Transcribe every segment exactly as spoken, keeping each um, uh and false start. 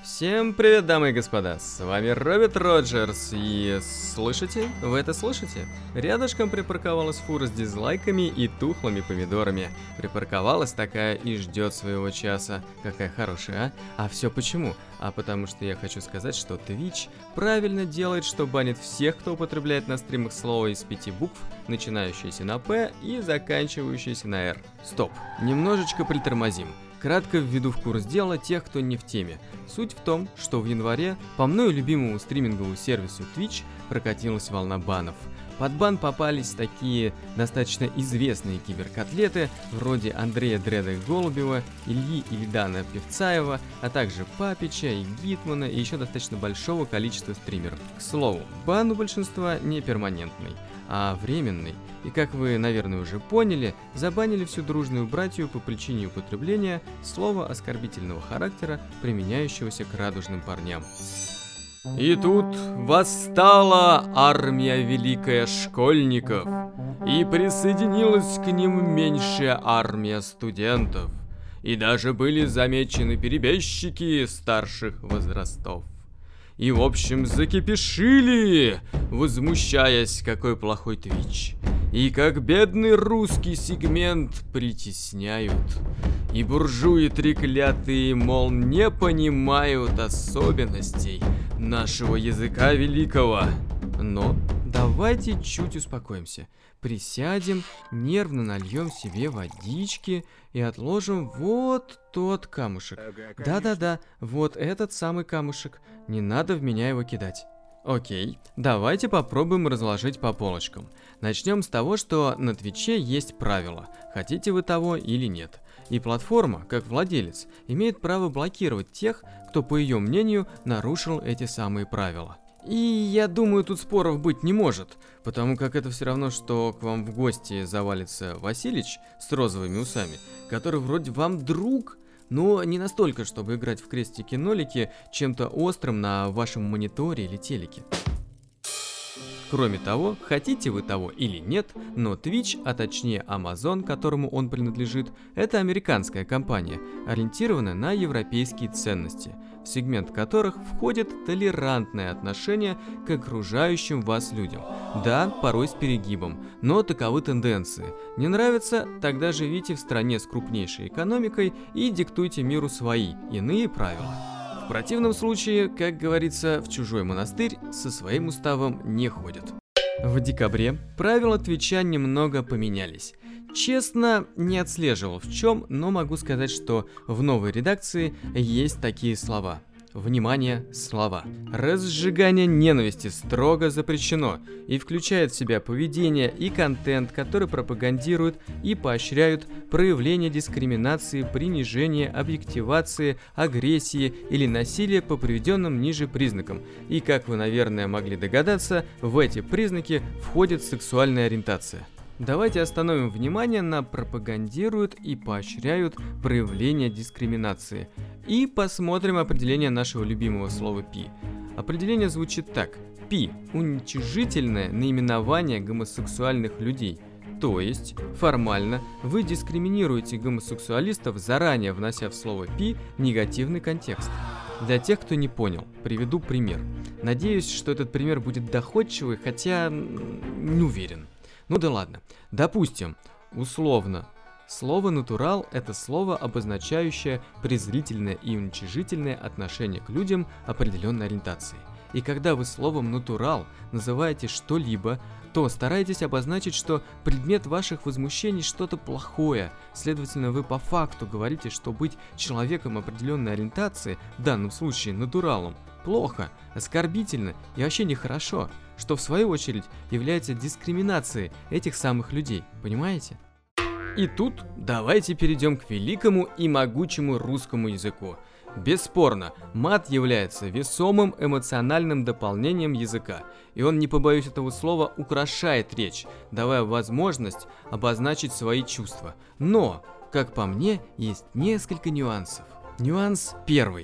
Всем привет, дамы и господа, с вами Роберт Роджерс, и слышите? Вы это слышите? Рядышком припарковалась фура с дизлайками и тухлыми помидорами. Припарковалась такая и ждет своего часа. Какая хорошая, а? А все почему? А потому что я хочу сказать, что Twitch правильно делает, что банит всех, кто употребляет на стримах слово из пяти букв, начинающееся на П и заканчивающееся на Р. Стоп, немножечко притормозим. Кратко введу в курс дела тех, кто не в теме. Суть в том, что в январе по мною любимому стриминговому сервису Twitch прокатилась волна банов. Под бан попались такие достаточно известные киберкотлеты, вроде Андрея Дреда Голубева, Ильи Ильдана Певцаева, а также Папича и Гитмана и еще достаточно большого количества стримеров. К слову, бан у большинства не перманентный, а временный. И как вы, наверное, уже поняли, забанили всю дружную братью по причине употребления слова оскорбительного характера, применяющегося к радужным парням. И тут восстала армия великая школьников, и присоединилась к ним меньшая армия студентов, и даже были замечены перебежчики старших возрастов. И в общем закипишили, возмущаясь, какой плохой Twitch, и как бедный русский сегмент притесняют. И буржуи треклятые, мол, не понимают особенностей нашего языка великого. Но давайте чуть успокоимся. Присядем, нервно нальем себе водички и отложим вот тот камушек. Да-да-да, вот этот самый камушек. Не надо в меня его кидать. Окей, давайте попробуем разложить по полочкам. Начнем с того, что на Твиче есть правила, хотите вы того или нет. И платформа, как владелец, имеет право блокировать тех, кто, по ее мнению, нарушил эти самые правила. И я думаю, тут споров быть не может, потому как это все равно, что к вам в гости завалится Василич с розовыми усами, который вроде вам друг, но не настолько, чтобы играть в крестики-нолики чем-то острым на вашем мониторе или телеке. Кроме того, хотите вы того или нет, но Twitch, а точнее Amazon, которому он принадлежит, это американская компания, ориентированная на европейские ценности, в сегмент которых входит толерантное отношение к окружающим вас людям. Да, порой с перегибом, но таковы тенденции. Не нравится? Тогда живите в стране с крупнейшей экономикой и диктуйте миру свои, иные правила. В противном случае, как говорится, в чужой монастырь со своим уставом не ходят. В декабре правила Твича немного поменялись. Честно, не отслеживал в чем, но могу сказать, что в новой редакции есть такие слова. Внимание, слова. Разжигание ненависти строго запрещено и включает в себя поведение и контент, который пропагандирует и поощряют проявление дискриминации, принижения, объективации, агрессии или насилия по приведенным ниже признакам. И, как вы, наверное, могли догадаться, в эти признаки входит сексуальная ориентация. Давайте остановим внимание на пропагандируют и поощряют проявление дискриминации. И посмотрим определение нашего любимого слова «пи». Определение звучит так. «Пи» – уничижительное наименование гомосексуальных людей. То есть, формально, вы дискриминируете гомосексуалистов, заранее внося в слово «пи» негативный контекст. Для тех, кто не понял, приведу пример. Надеюсь, что этот пример будет доходчивый, хотя не уверен. Ну да ладно. Допустим, условно, слово «натурал» — это слово, обозначающее презрительное и уничижительное отношение к людям определенной ориентации. И когда вы словом «натурал» называете что-либо, то старайтесь обозначить, что предмет ваших возмущений что-то плохое. Следовательно, вы по факту говорите, что быть человеком определенной ориентации, в данном случае натуралом, плохо, оскорбительно и вообще нехорошо, что в свою очередь является дискриминацией этих самых людей, понимаете? И тут давайте перейдем к великому и могучему русскому языку. Бесспорно, мат является весомым эмоциональным дополнением языка, и он, не побоюсь этого слова, украшает речь, давая возможность обозначить свои чувства. Но, как по мне, есть несколько нюансов. Нюанс первый.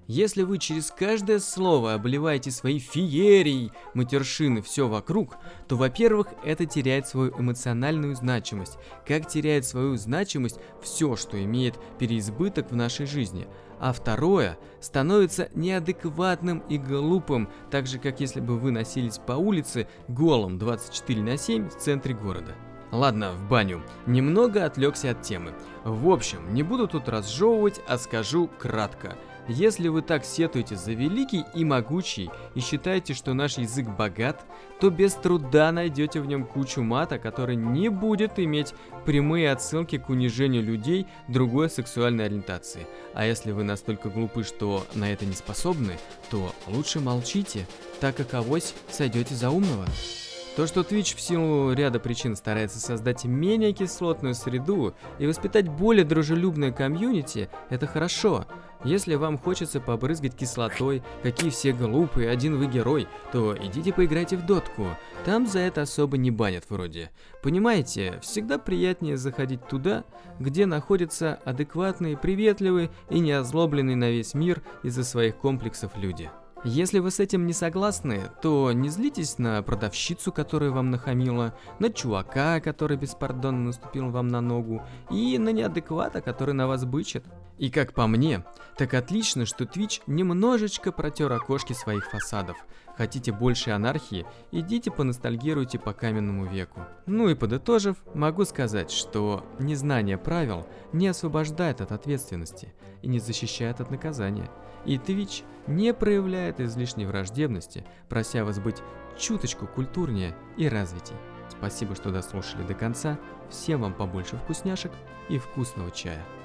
Если вы через каждое слово обливаете своей феерией матершины все вокруг, то, во-первых, это теряет свою эмоциональную значимость, как теряет свою значимость все, что имеет переизбыток в нашей жизни. А второе, становится неадекватным и глупым, так же, как если бы вы носились по улице голым двадцать четыре на семь в центре города. Ладно, в баню. Немного отвлекся от темы. В общем, не буду тут разжевывать, а скажу кратко. Если вы так сетуете за великий и могучий и считаете, что наш язык богат, то без труда найдете в нем кучу мата, который не будет иметь прямые отсылки к унижению людей другой сексуальной ориентации. А если вы настолько глупы, что на это не способны, то лучше молчите, так как авось сойдете за умного. То, что Twitch в силу ряда причин старается создать менее кислотную среду и воспитать более дружелюбное комьюнити, это хорошо. Если вам хочется побрызгать кислотой, какие все глупые, один вы герой, то идите поиграйте в дотку, там за это особо не банят вроде. Понимаете, всегда приятнее заходить туда, где находятся адекватные, приветливые и не озлобленные на весь мир из-за своих комплексов люди. Если вы с этим не согласны, то не злитесь на продавщицу, которая вам нахамила, на чувака, который беспардонно наступил вам на ногу, и на неадеквата, который на вас бычит. И как по мне, так отлично, что Twitch немножечко протер окошки своих фасадов. Хотите больше анархии, идите поностальгируйте по каменному веку. Ну и подытожив, могу сказать, что незнание правил не освобождает от ответственности и не защищает от наказания. И Twitch не проявляет излишней враждебности, прося вас быть чуточку культурнее и развитей. Спасибо, что дослушали до конца. Всем вам побольше вкусняшек и вкусного чая.